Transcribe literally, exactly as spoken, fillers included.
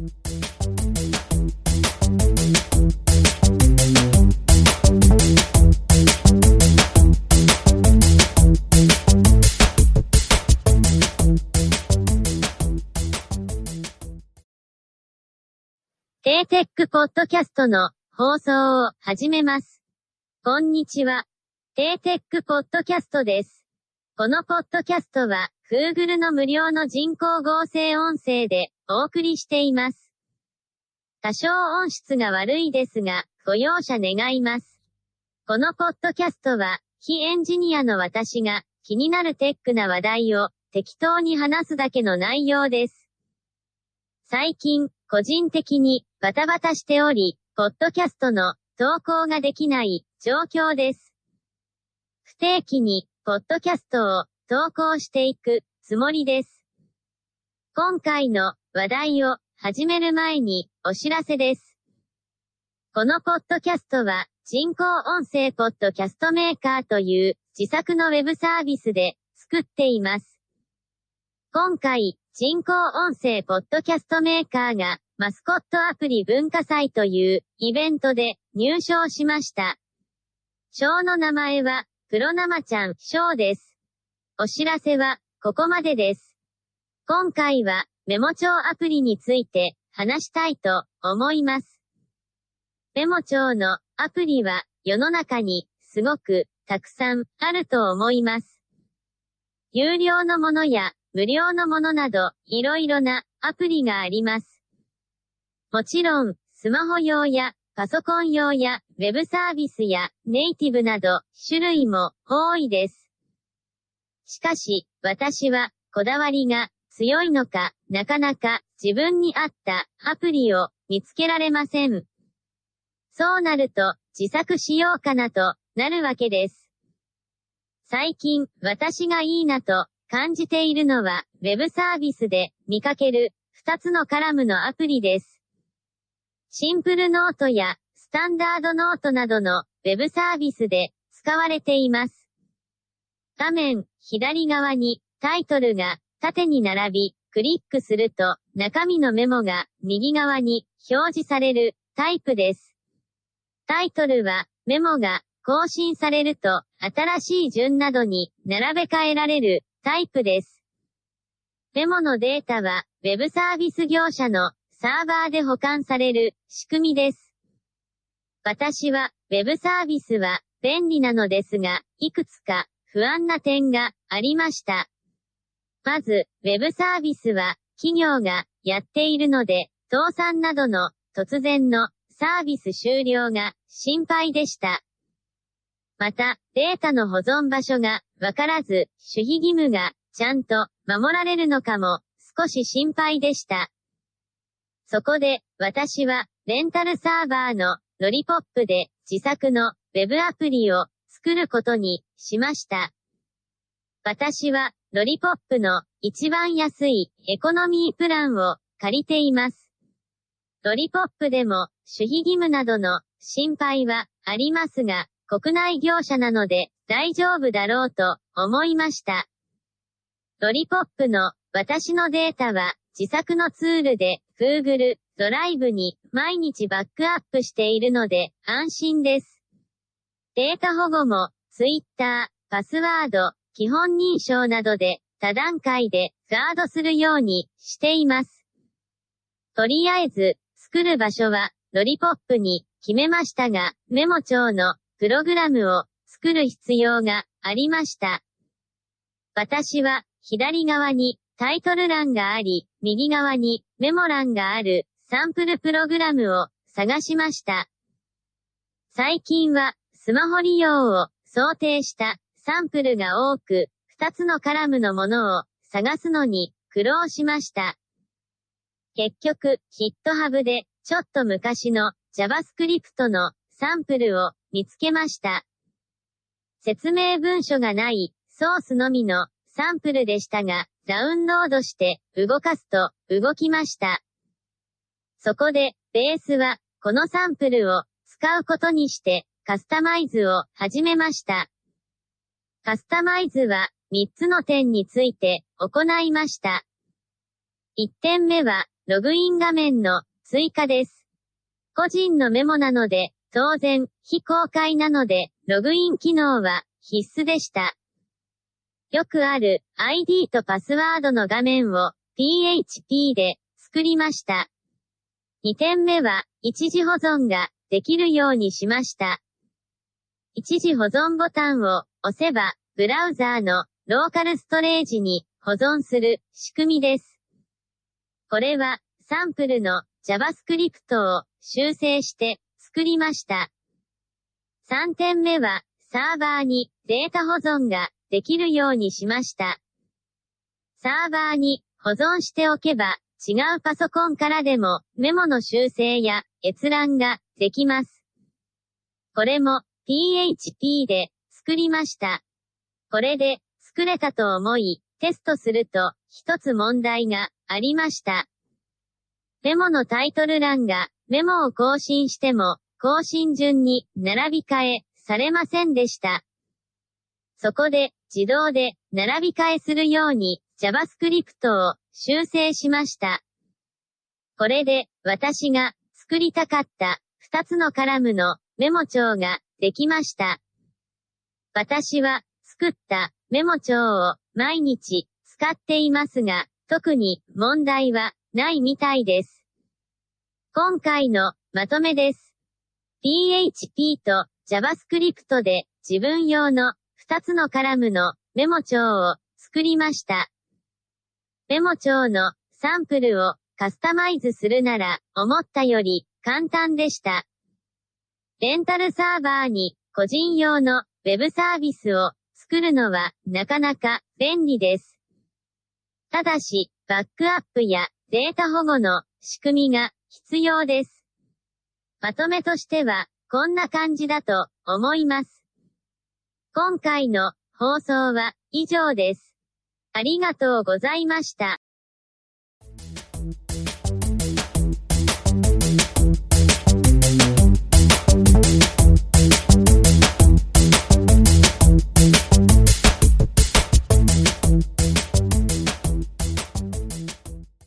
テーテックポッドキャストの放送を始めます。こんにちは。テーテックポッドキャストです。このポッドキャストは Google の無料の人工合成音声でお送りしています。多少音質が悪いですが、ご容赦願います。このポッドキャストは非エンジニアの私が気になるテックな話題を適当に話すだけの内容です。最近、個人的にバタバタしており、ポッドキャストの投稿ができない状況です。不定期にポッドキャストを投稿していくつもりです。今回の話題を始める前にお知らせです。このポッドキャストは人工音声ポッドキャストメーカーという自作のウェブサービスで作っています。今回、人工音声ポッドキャストメーカーがマスコットアプリ文化祭というイベントで入賞しました。賞の名前はプロ生ちゃん賞です。お知らせはここまでです。今回はメモ帳アプリについて話したいと思います。メモ帳のアプリは世の中にすごくたくさんあると思います。有料のものや無料のものなど、いろいろなアプリがあります。もちろん、スマホ用やパソコン用やウェブサービスやネイティブなど、種類も多いです。しかし、私はこだわりが強いのか、なかなか自分に合ったアプリを見つけられません。そうなると、自作しようかなとなるわけです。最近、私がいいなと感じているのは、ウェブサービスで見かけるふたつのカラムのアプリです。シンプルノートやスタンダードノートなどのウェブサービスで使われています。画面左側にタイトルが縦に並び、クリックすると中身のメモが右側に表示されるタイプです。タイトルはメモが更新されると新しい順などに並べ替えられるタイプです。メモのデータは、ウェブサービス業者のサーバーで保管される仕組みです。私は、ウェブサービスは便利なのですが、いくつか不安な点がありました。まず、ウェブサービスは企業がやっているので、倒産などの突然のサービス終了が心配でした。また、データの保存場所がわからず、守秘義務がちゃんと守られるのかも少し心配でした。そこで、私はレンタルサーバーのロリポップで自作のウェブアプリを作ることにしました。私はロリポップの一番安いエコノミープランを借りています。ロリポップでも守秘義務などの心配はありますが、国内業者なので大丈夫だろうと思いました。ロリポップの私のデータは自作のツールで Google ドライブに毎日バックアップしているので安心です。データ保護も Twitter、パスワード、基本認証などで多段階でガードするようにしています。とりあえず作る場所はロリポップに決めましたが、メモ帳のプログラムを作る必要がありました。私は左側にタイトル欄があり、右側にメモ欄があるサンプルプログラムを探しました。最近はスマホ利用を想定したサンプルが多く、ふたつのカラムのものを探すのに苦労しました。結局、GitHub でちょっと昔の JavaScript のサンプルを見つけました。説明文書がないソースのみのサンプルでしたが、ダウンロードして動かすと動きました。そこで、ベースはこのサンプルを使うことにしてカスタマイズを始めました。カスタマイズはみっつの点について行いました。いってんめはログイン画面の追加です。個人のメモなので、当然、非公開なので、ログイン機能は必須でした。よくある アイディー とパスワードの画面を ピーエイチピー で作りました。にてんめは一時保存ができるようにしました。一時保存ボタンを押せば、ブラウザーのローカルストレージに保存する仕組みです。これはサンプルの JavaScript を修正して作りました。さんてんめはサーバーにデータ保存ができるようにしました。サーバーに保存しておけば違うパソコンからでもメモの修正や閲覧ができます。これも ピーエイチピー で作りました。これで作れたと思いテストすると一つ問題がありました。メモのタイトル欄がメモを更新しても更新順に並び替えされませんでした。そこで自動で並び替えするように JavaScript を修正しました。これで私が作りたかったふたつのカラムのメモ帳ができました。私は作ったメモ帳を毎日使っていますが、特に問題はないみたいです。今回のまとめです。ピーエイチピー と JavaScript で自分用のふたつのカラムのメモ帳を作りました。メモ帳のサンプルをカスタマイズするなら思ったより簡単でした。レンタルサーバーに個人用のウェブサービスを作るのはなかなか便利です。ただし、バックアップやデータ保護の仕組みが必要です。まとめとしてはこんな感じだと思います。今回の放送は以上です。ありがとうございました。